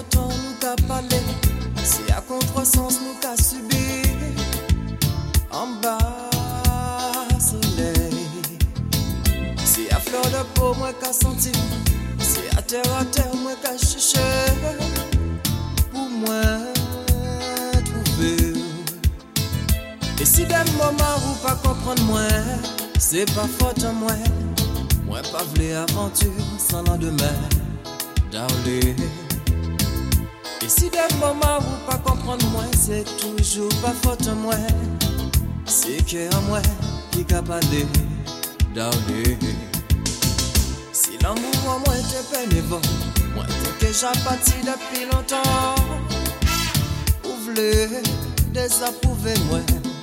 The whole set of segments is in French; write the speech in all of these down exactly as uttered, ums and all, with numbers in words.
longtemps nous qu'a parlé, c'est à contresens nous qu'a subi. En bas soleil, c'est à fleur de peau moi qu'a senti, c'est à terre à terre moi qu'a cherché. Pour moi trouver. Et si des moments où pas comprendre moi, c'est pas faute à moi. Moi pas v'lé aventure sans lendemain, darling. Et si des moments où pas comprendre moi, c'est toujours pas faute à moi. C'est que à moi qui qu'a parlé, darling. Si l'amour en moi t'es bénévole, moi t'es déjà parti depuis longtemps. Vous voulez désapprouver moi.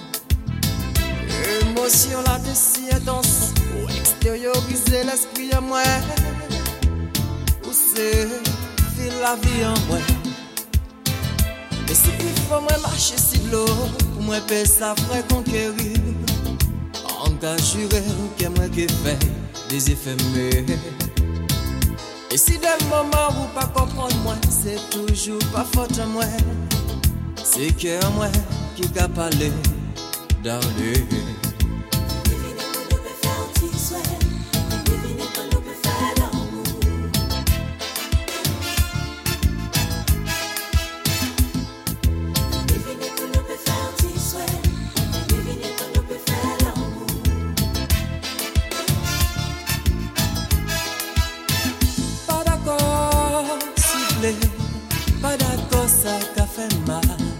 Émotion là de si intense, ou extérioriser l'esprit à moi. Ou c'est fil la vie en moi. Et si il faut moi marcher si de l'eau, pour moi paix ça ferait conquérir. Engage juré que moi qui fait des effets mais. Et si des moments où pas comprendre moi, c'est toujours pas faute à moi. C'est que moi qui qu'a parlé, darling. Pas d'accord, ça qu'a fait mal.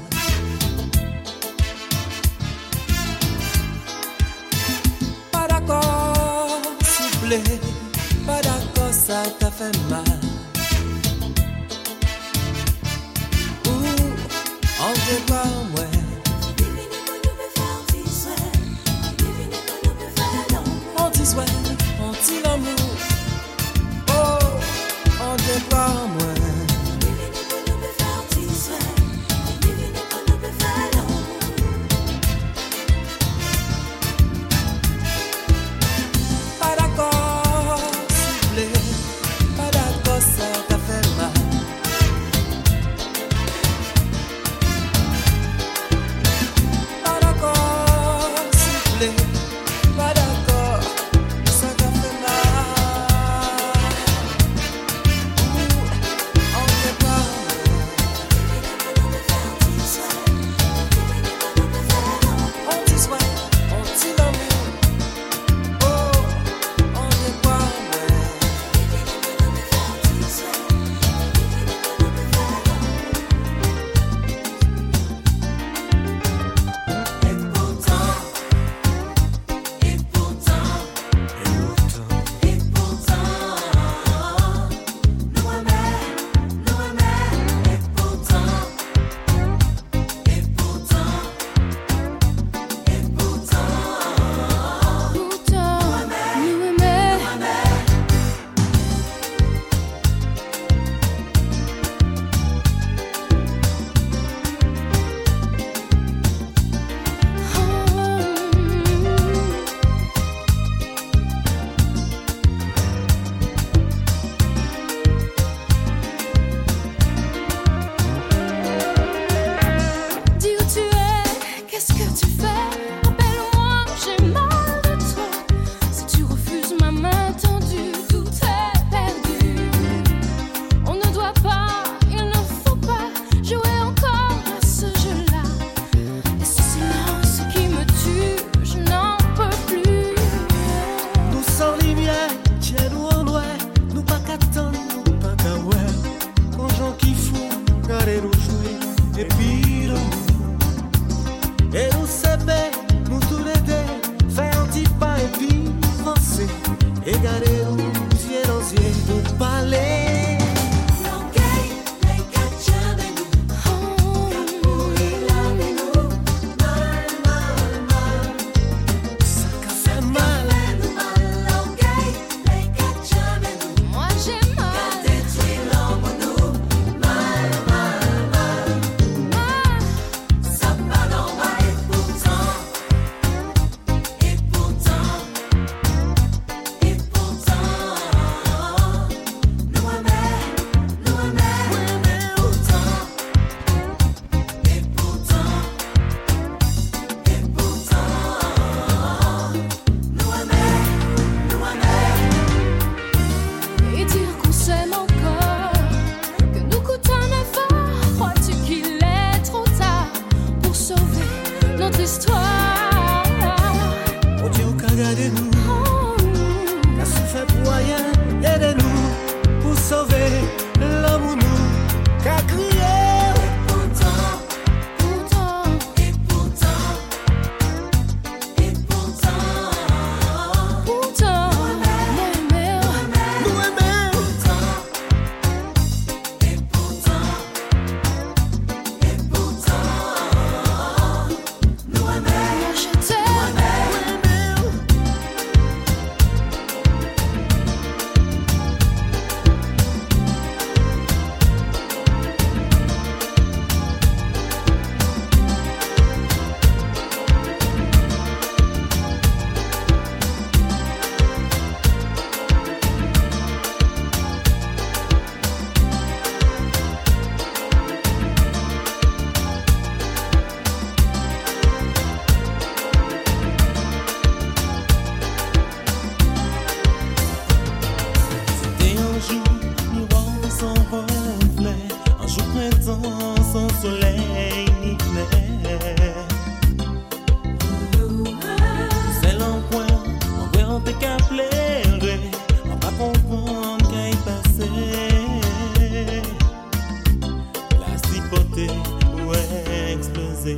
Pas d'accord, s'il vous plaît. Pas d'accord, ça qu'a fait mal. Ouh, en débat, ouais. On dit ouais, on dit l'amour. Oh, on débat, ouais. Pourtant pleurer, on va comprendre qu'il passait. La cipote ouais exploser.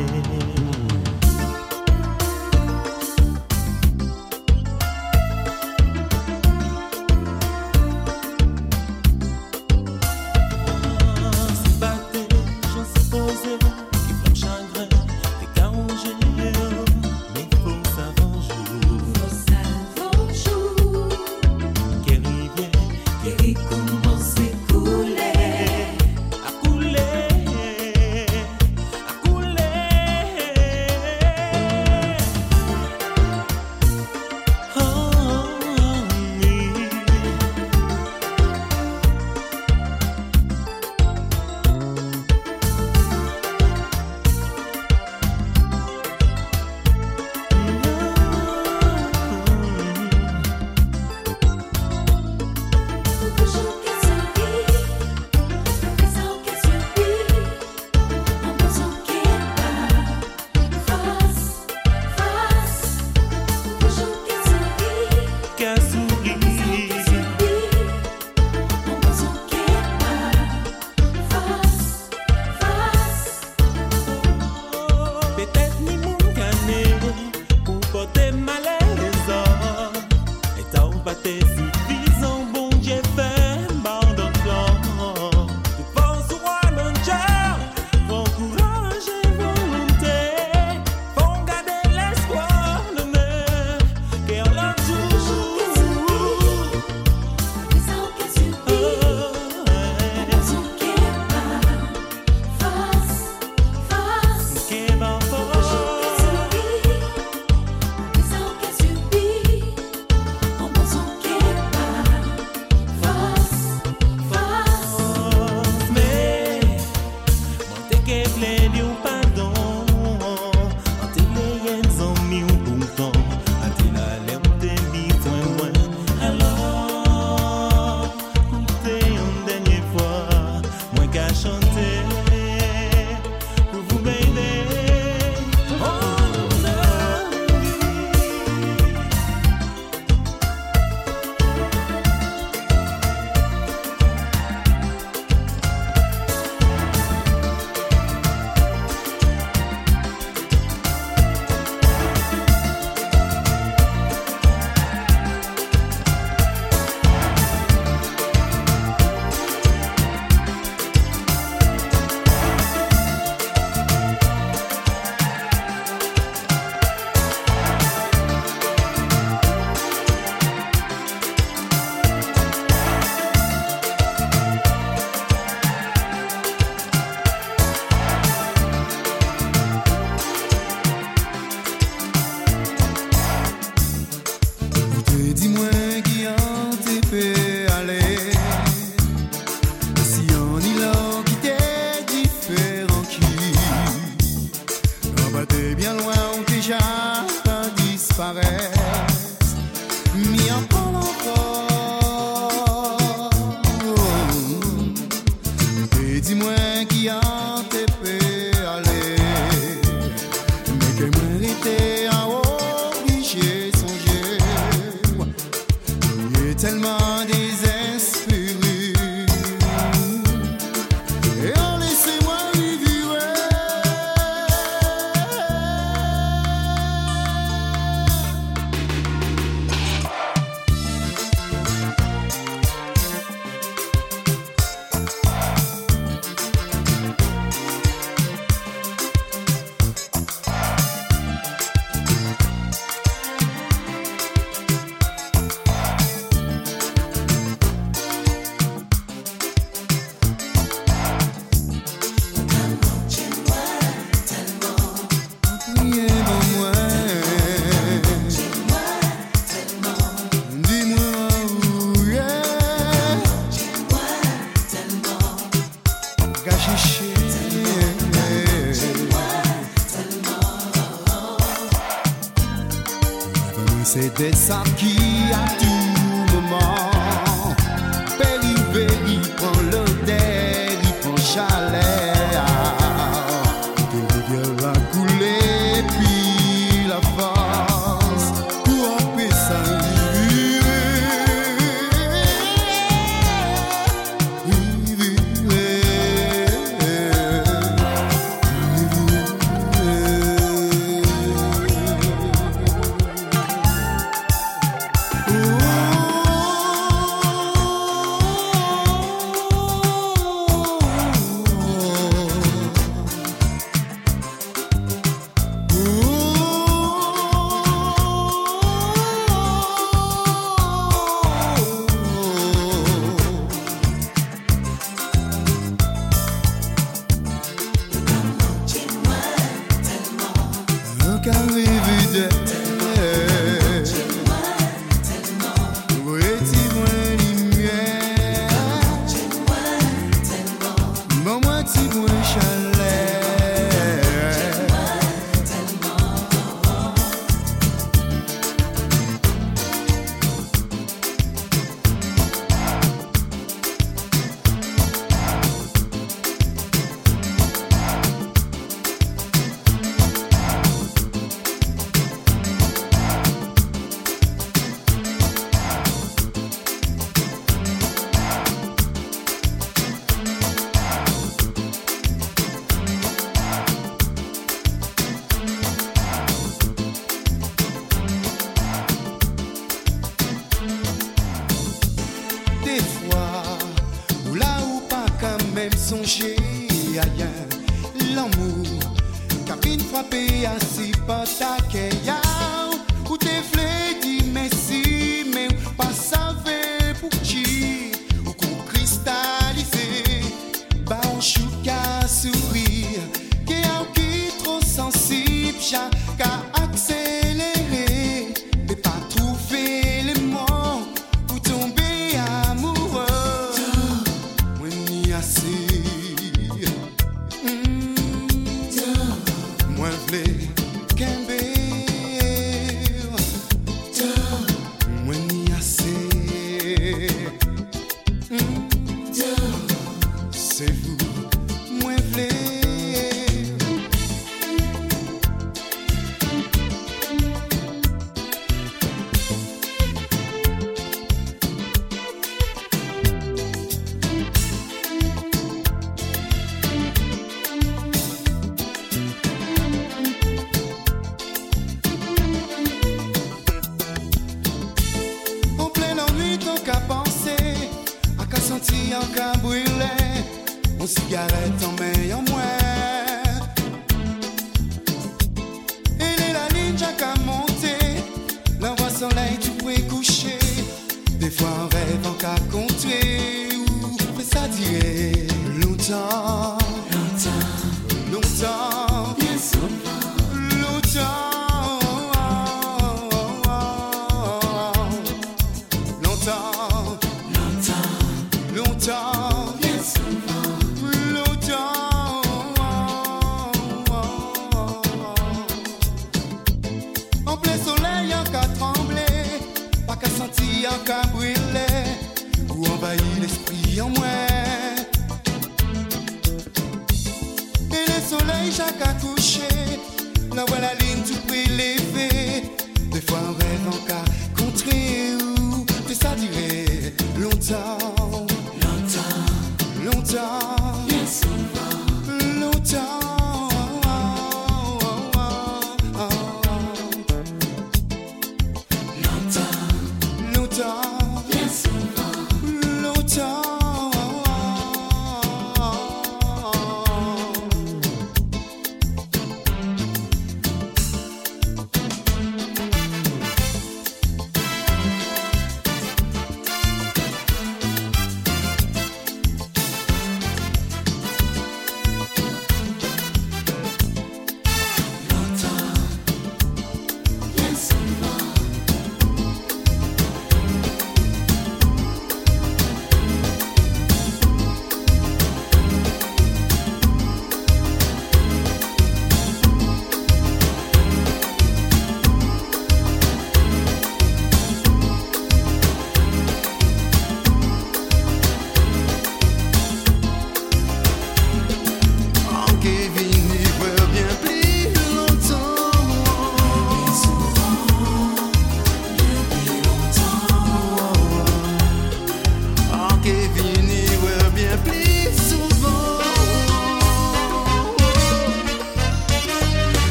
C'est ça qui à tout moment périvé, il prend l'odeur, il prend chaleur. De rivière a coulé, puis la force pour empêcher ça. songer ailleurs. L'amour, cabine frappée assis par ta keya. Ou te vle di merci, mais pas savait pour qui. Ou qu'on cristallisé, bah on chouka sourire. Qui a qui trop sensible, j'ai qu'à accélérer. Mais pas trouver les mots pour tomber amoureux. Moi ni assez. Mm. Moi vle kembe. Moi ni assez. Mm. C'est vous, moi vle. En pleine ennui, tant qu'à penser, à qu'à sentir, en qu'à brûler, mon cigarette en main en moins. Et les la ligne, j'ai qu'à monter, l'envoi soleil, tu pourrais coucher. Des fois, en rêve, en qu'à compter, ou fait ça durer longtemps, longtemps, longtemps, bien souvent, longtemps. Longtemps, longtemps, longtemps, bien souvent, longtemps. En plein soleil, en qu'à trembler, pas qu'à sentir, en qu'à brûler, ou envahir l'esprit en moi. Et le soleil, chaque à coucher, là où la ligne tout prélevé. Des fois, en rêve, en qu'à contrer, ou fait ça durer longtemps, longtemps, longtemps, bien souvent, longtemps. Longtemps, longtemps, bien souvent, longtemps.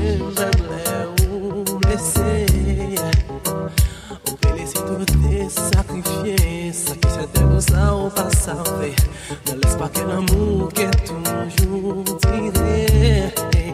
chercher, j'aimerais ou blesser. On peut laisser tout tes sacrifier. Ça qui c'était pour ça, on pas savait. Ne laisse pas que l'amour qui est toujours tiré.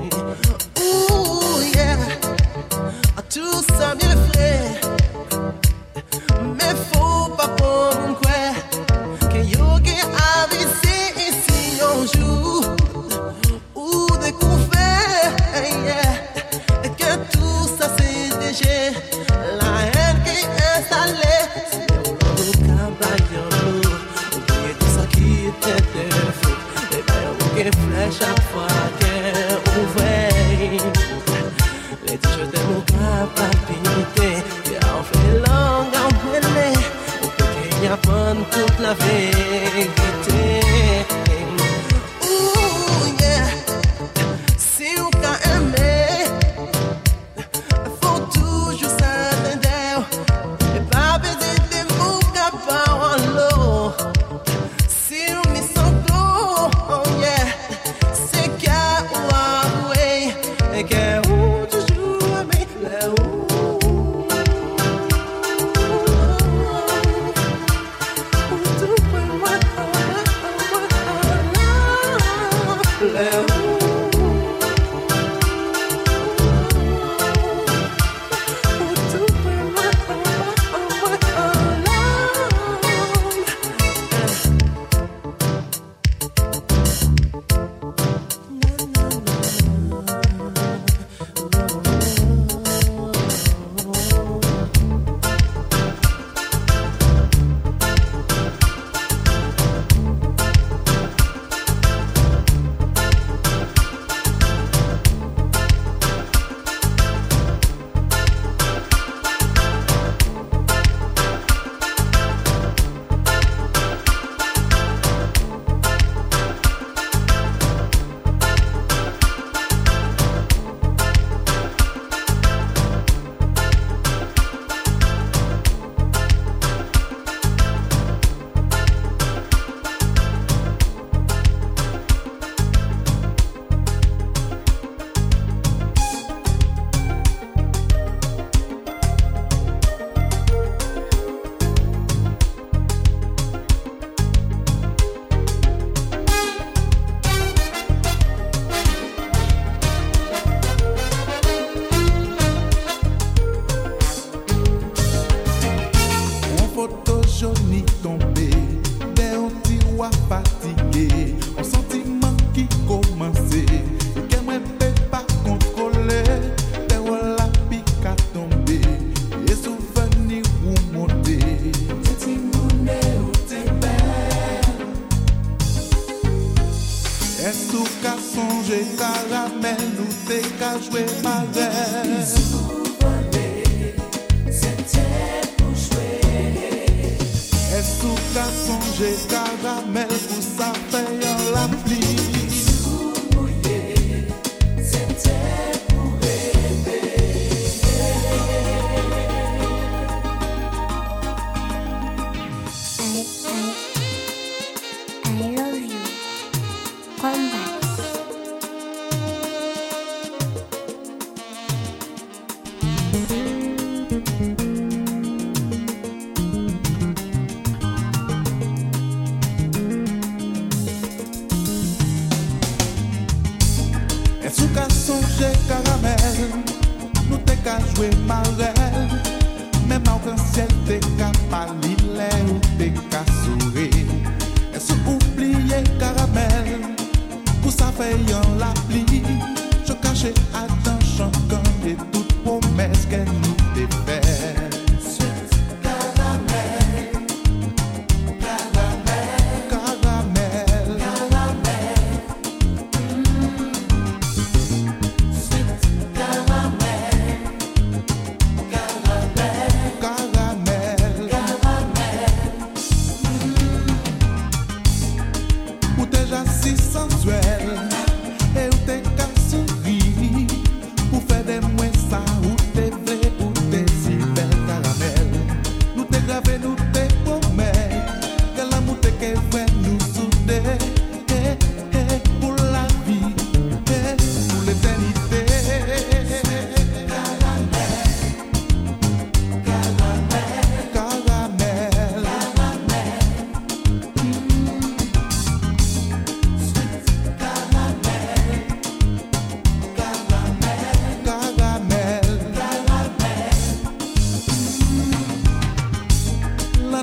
Ouh, yeah. Tout ça bien fait. Mais faut pas prendre quoi. Que yoga a visé ici un jour. Ou découvert, yeah. Et que tout ça c'est déjà. La haine qui est installée. C'est un cabayon. Oubliez tout ça qui était défaut. Et bien on qui flèche à fois qu'elle ouvert. Les t-shirts de mon capacité. Et on fait langue en mêlée. On peut qu'il y a pas toute la vérité. Ouh, yeah. Si on t'a aimé, faut toujours s'attendre. Et pas baiser des mots qu'à en l'eau. Si on est sans l'eau, oh yeah. C'est qu'à ou avouer. Et qu'à ou toujours aimer. Là où.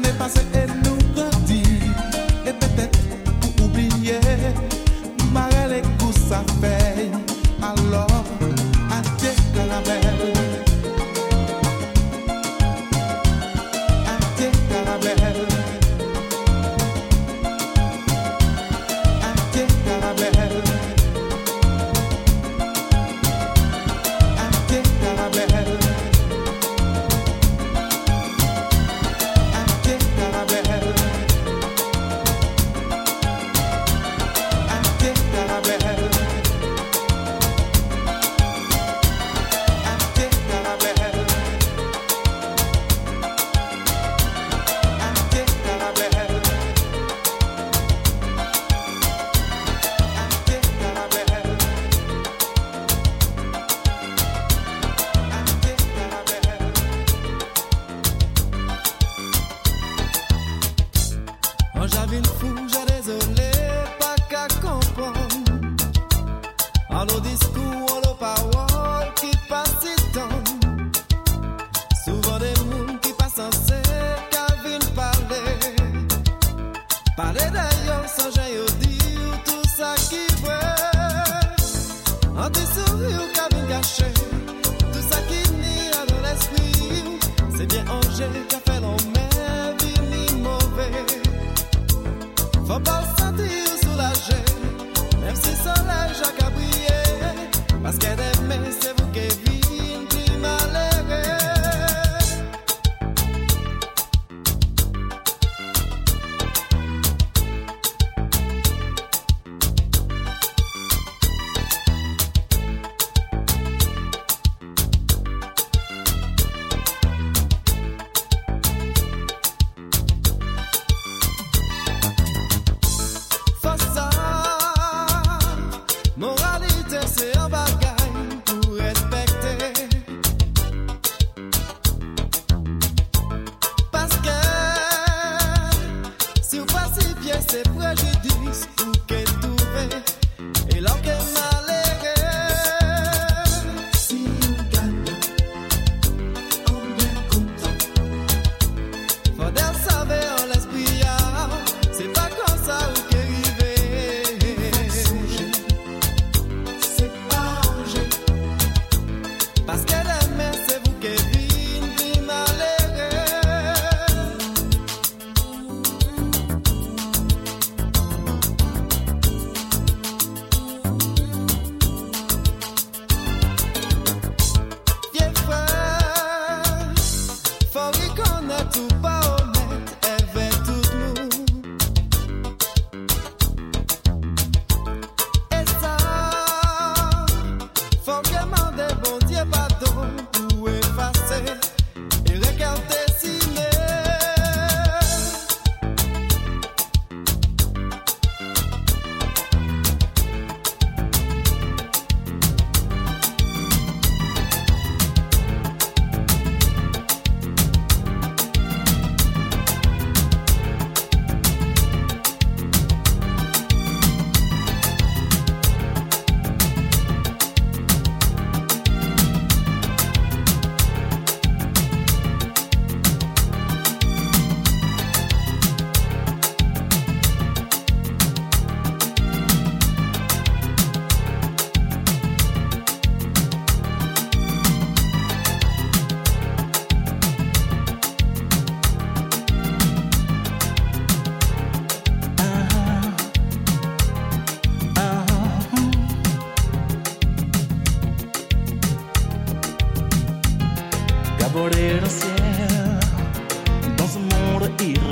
voler au ciel dans un monde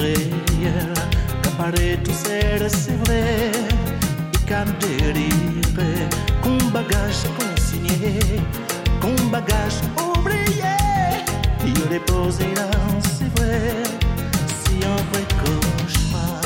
irréel qu'apparaît tout seul, c'est vrai, et qu'un délire qu'on bagage consigné, qu'on bagage oublié, il est posé là, c'est vrai, c'est un vrai cauchemar.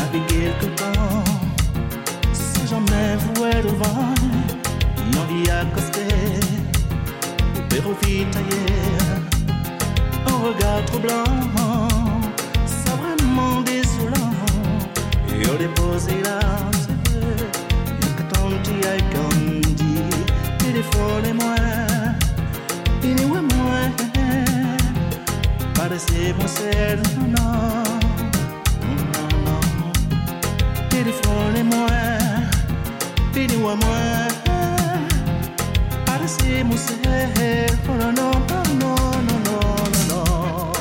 naviguer quelque temps, sans jamais vouer le vent, y'en vit accoster, au pérofite ailleurs, un regard troublant, ça vraiment désolant, et au déposé là, c'est vrai, y'a que tant d'y a grandi, téléphone-moi, il est où moi, pas de ces mots, c'est non, non. Téléphone-moi, dis-moi moi, parlez mon ciel, oh non, non, non, non, non, non.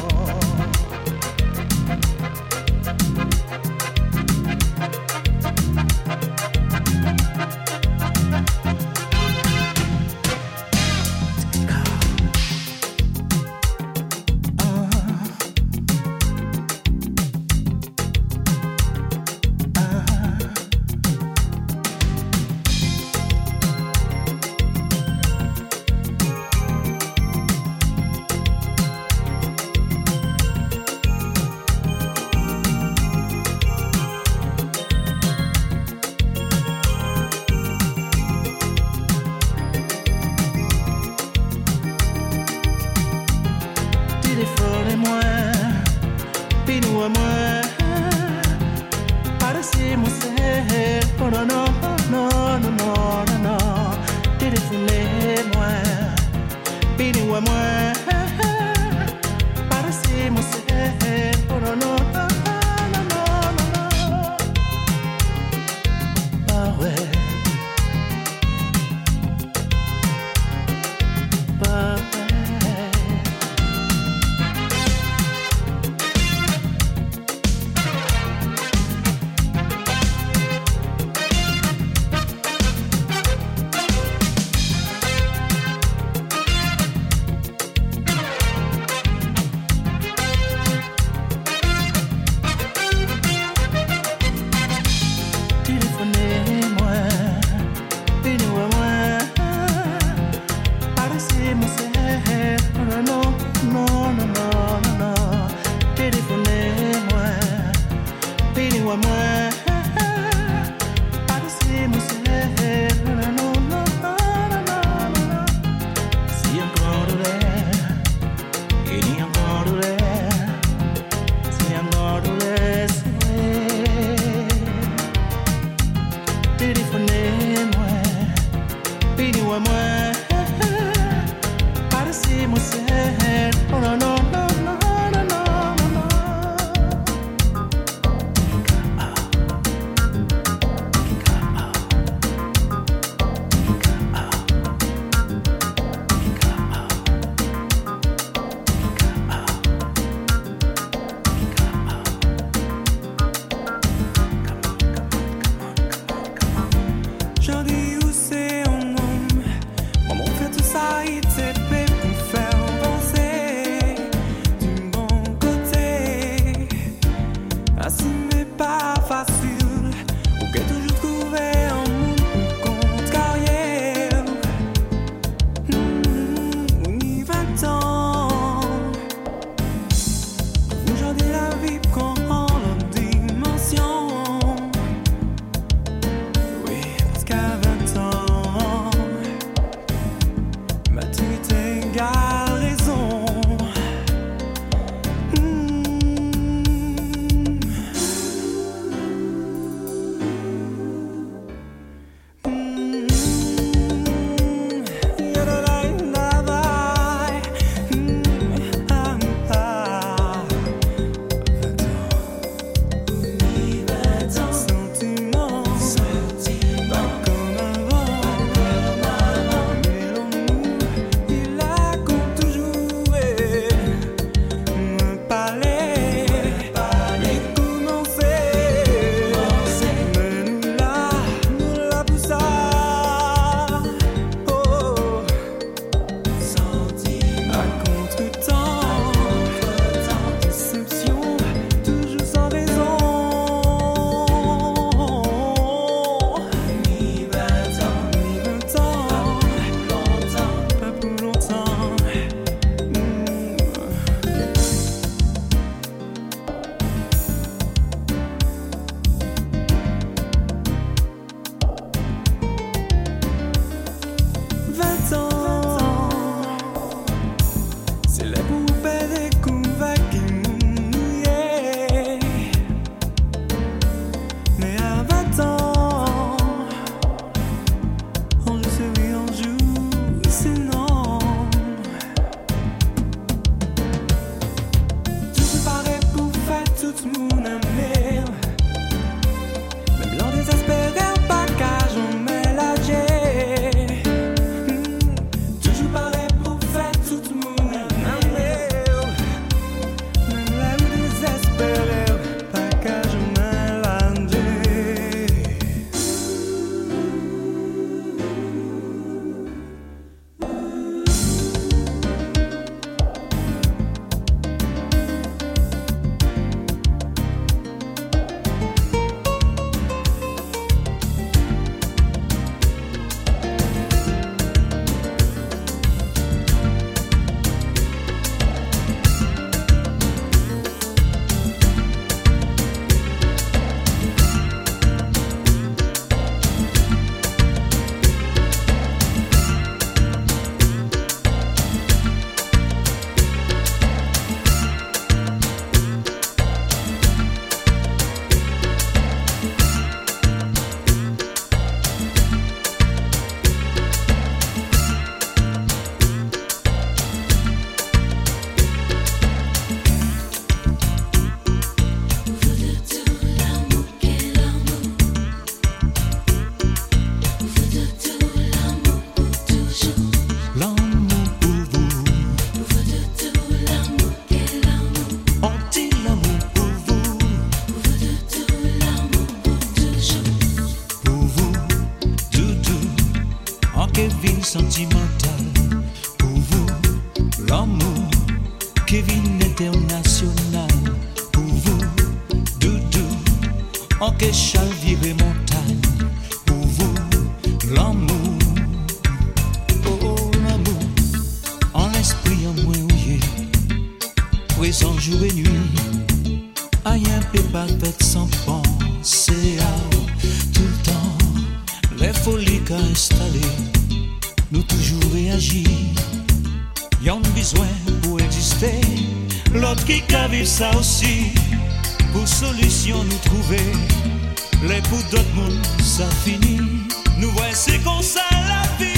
Téléphone-moi, dis-moi moi, parlez mon ciel, oh non, non, non, non, non, non, non. Téléphonez-moi, dis-moi moi, parlez mon ciel, oh non, non, non, non, non, non. Ah ouais, bah ouais. sentimental. Pour vous, l'amour, Kevin international. Pour vous, Doudou, en quéchal virer montagne. Pour vous, l'amour, oh, oh l'amour, en l'esprit en moi ouillé, présent jour et nuit, rien peut pas fait sans penser à tout le temps. Les folies qu'a installées, nous toujours réagir. Y'en a besoin pour exister, l'autre qui a vu ça aussi. Pour solution nous trouver, les pour d'autres mondes ça finit. Nous voyons c'est comme ça la vie.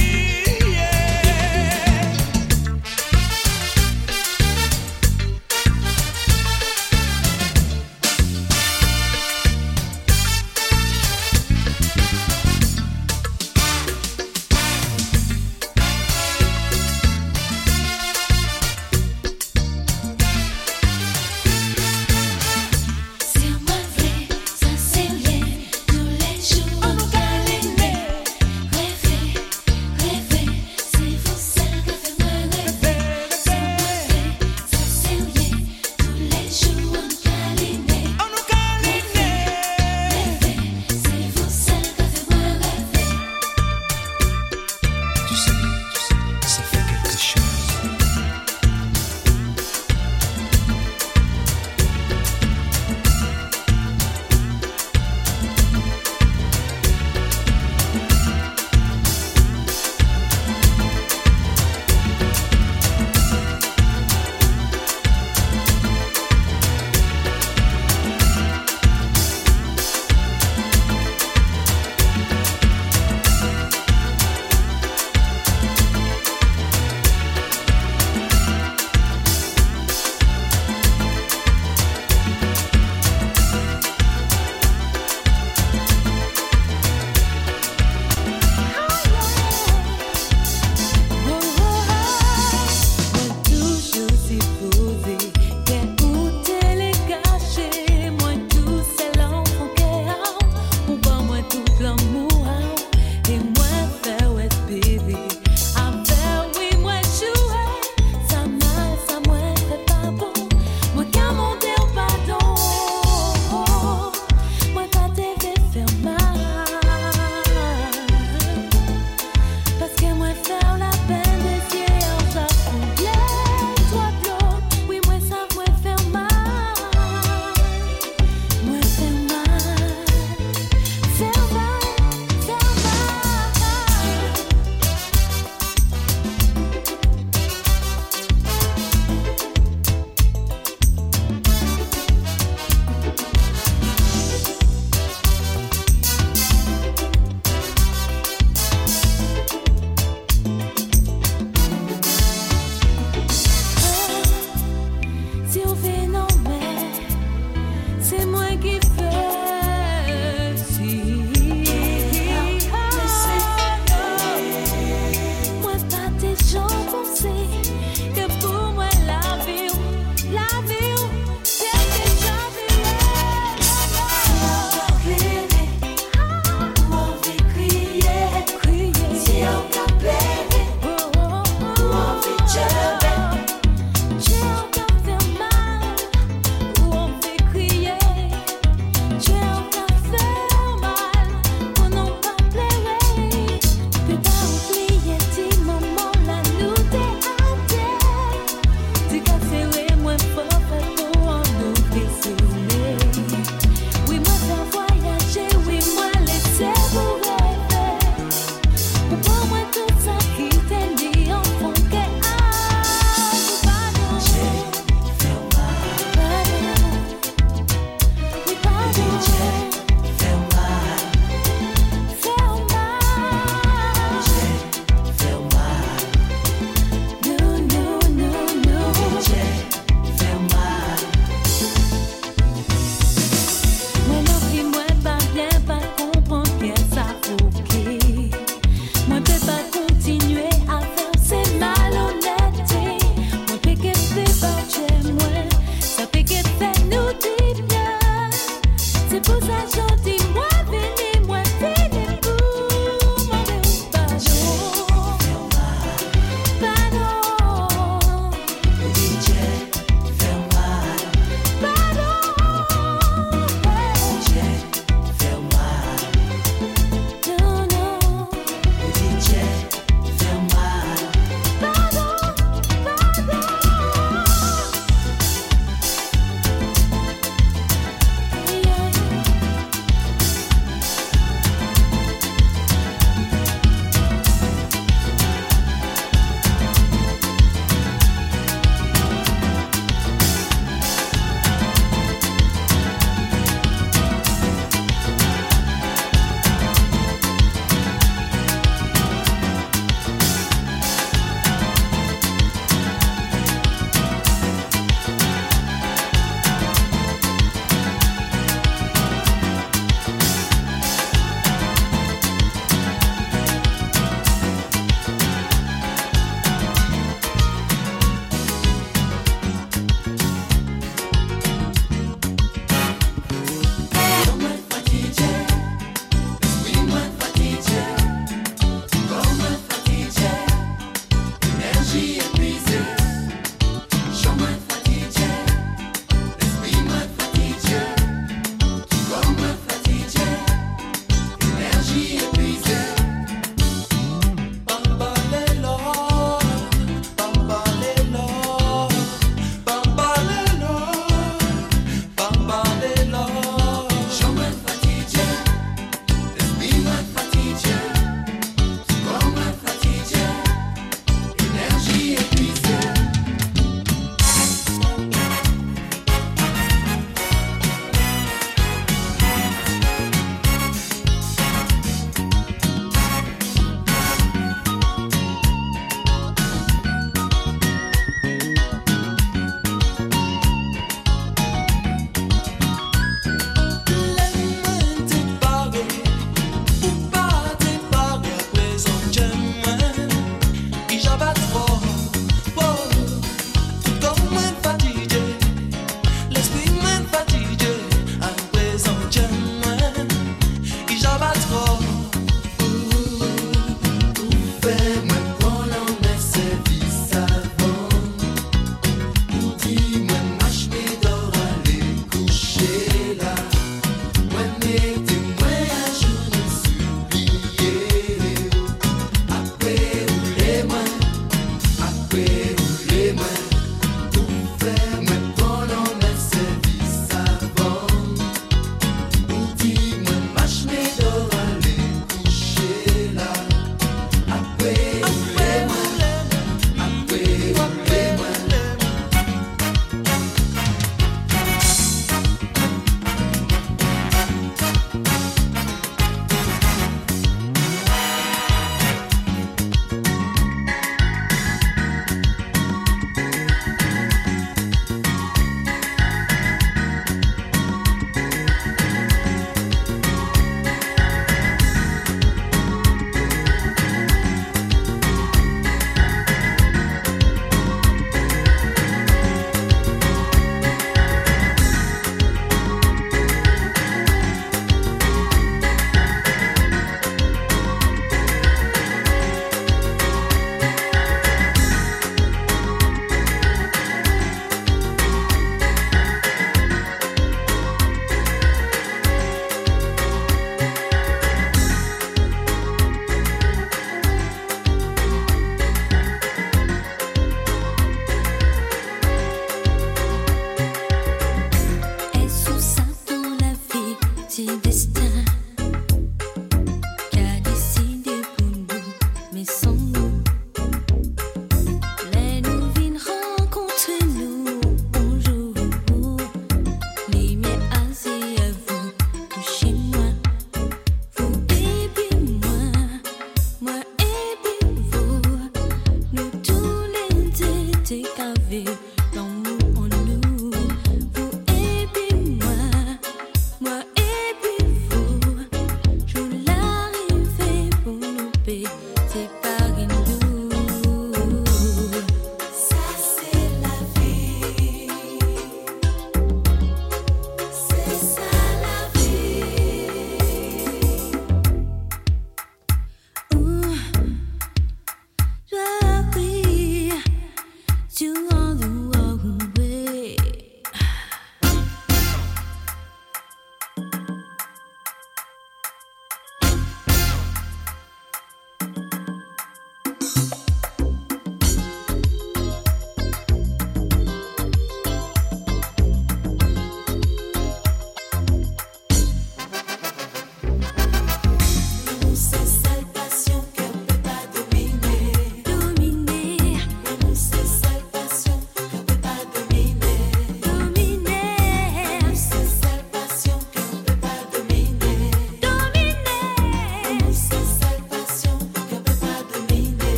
Rêver,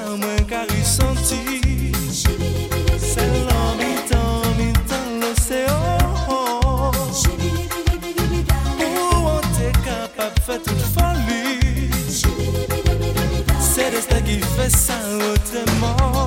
moi car il senti. C'est l'habitant, habitant l'océan. Où on t'est capable de faire toute folie. C'est destin qui fait ça autrement.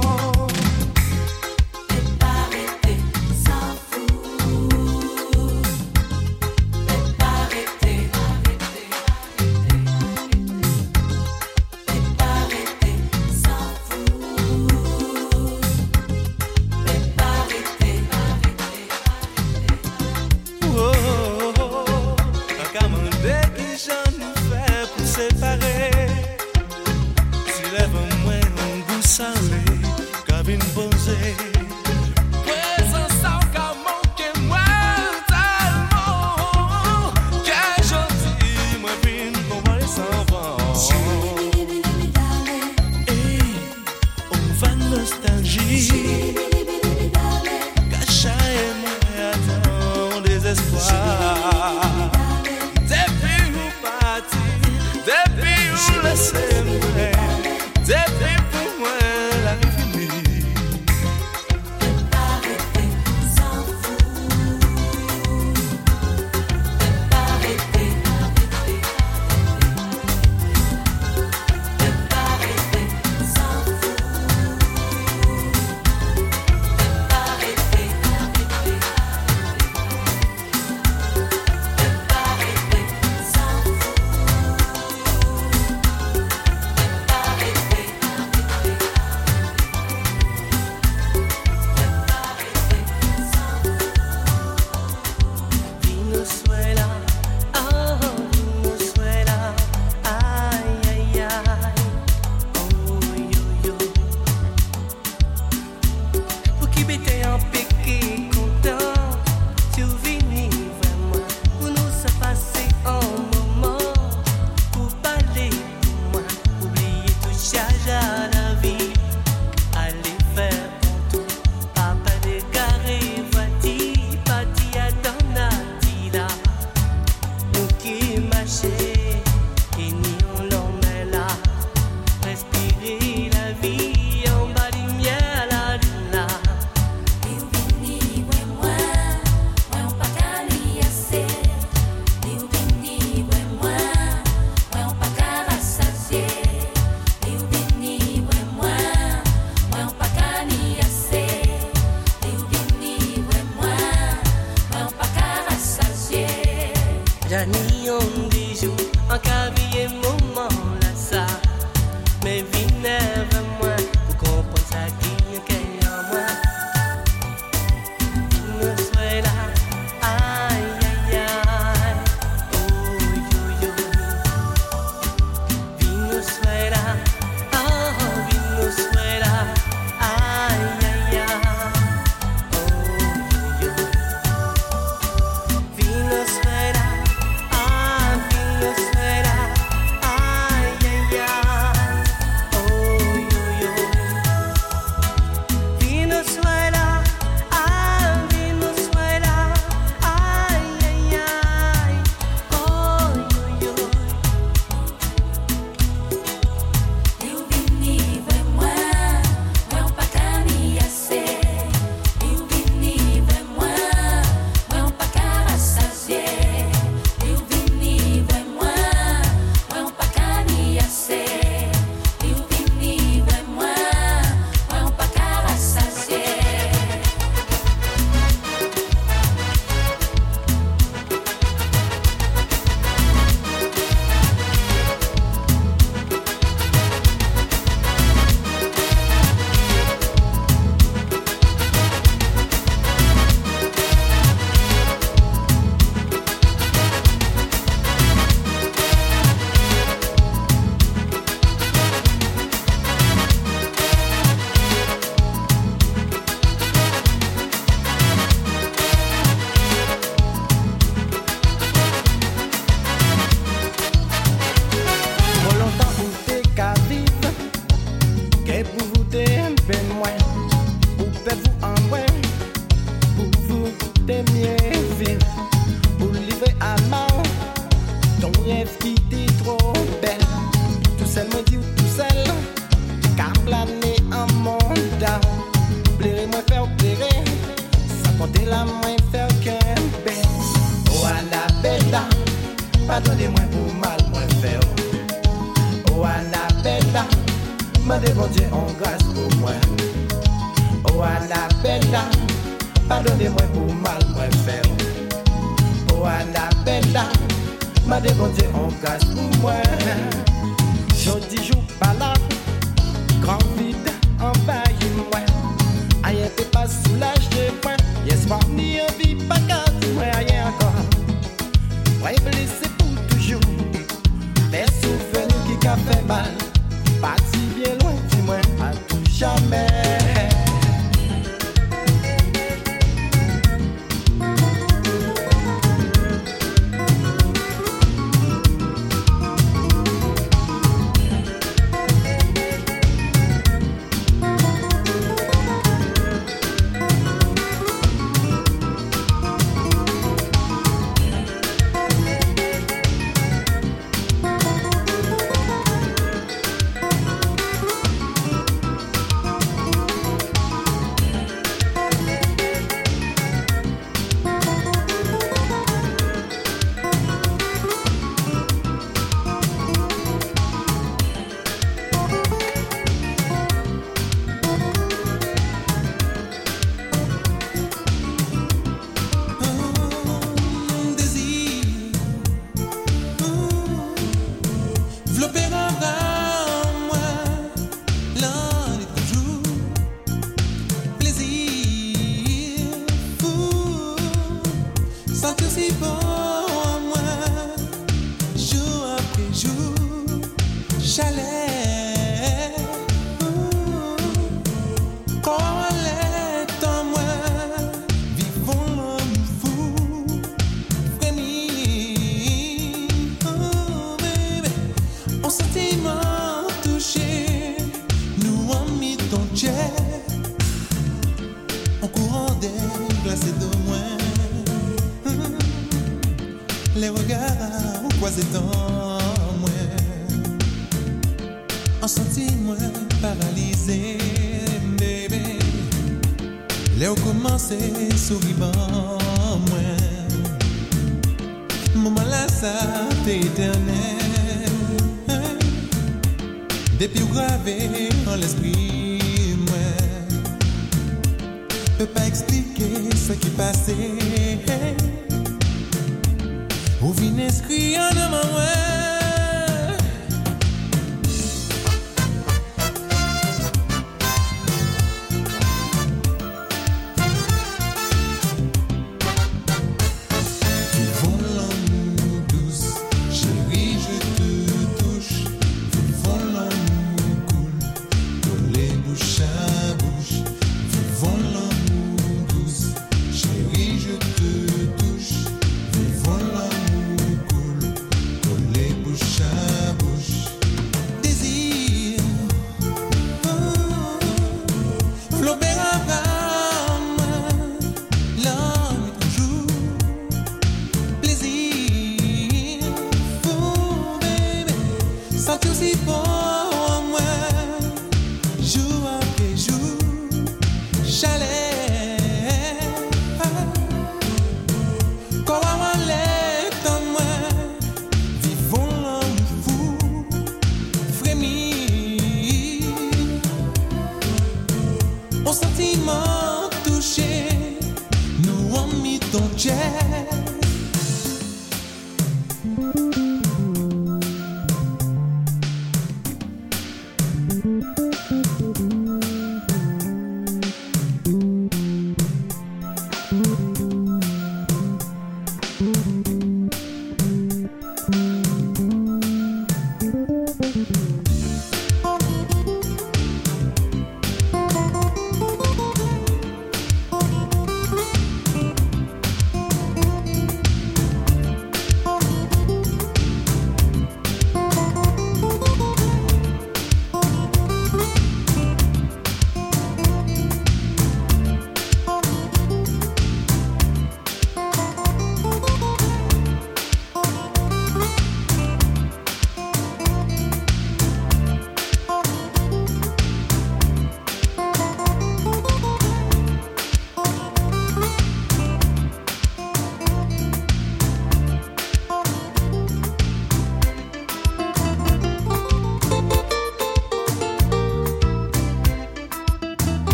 pardonnez-moi pour mal moi faire. Oh Annabella, demandez mon Dieu en grâce pour moi. Oh Annabella, pardonnez-moi pour mal moi faire. Oh Annabella, demandez mon Dieu en grâce pour moi. Jodi jour pas là, grand vide envahit moi. Aïe t'es pas soulagé point. Yes pas ni envie pas qu'à moi aïe encore. Ouais blessé pour toujours. Des souvenirs qui qu'a fait mal. Parti bien loin de moi à tout jamais.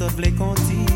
vle konti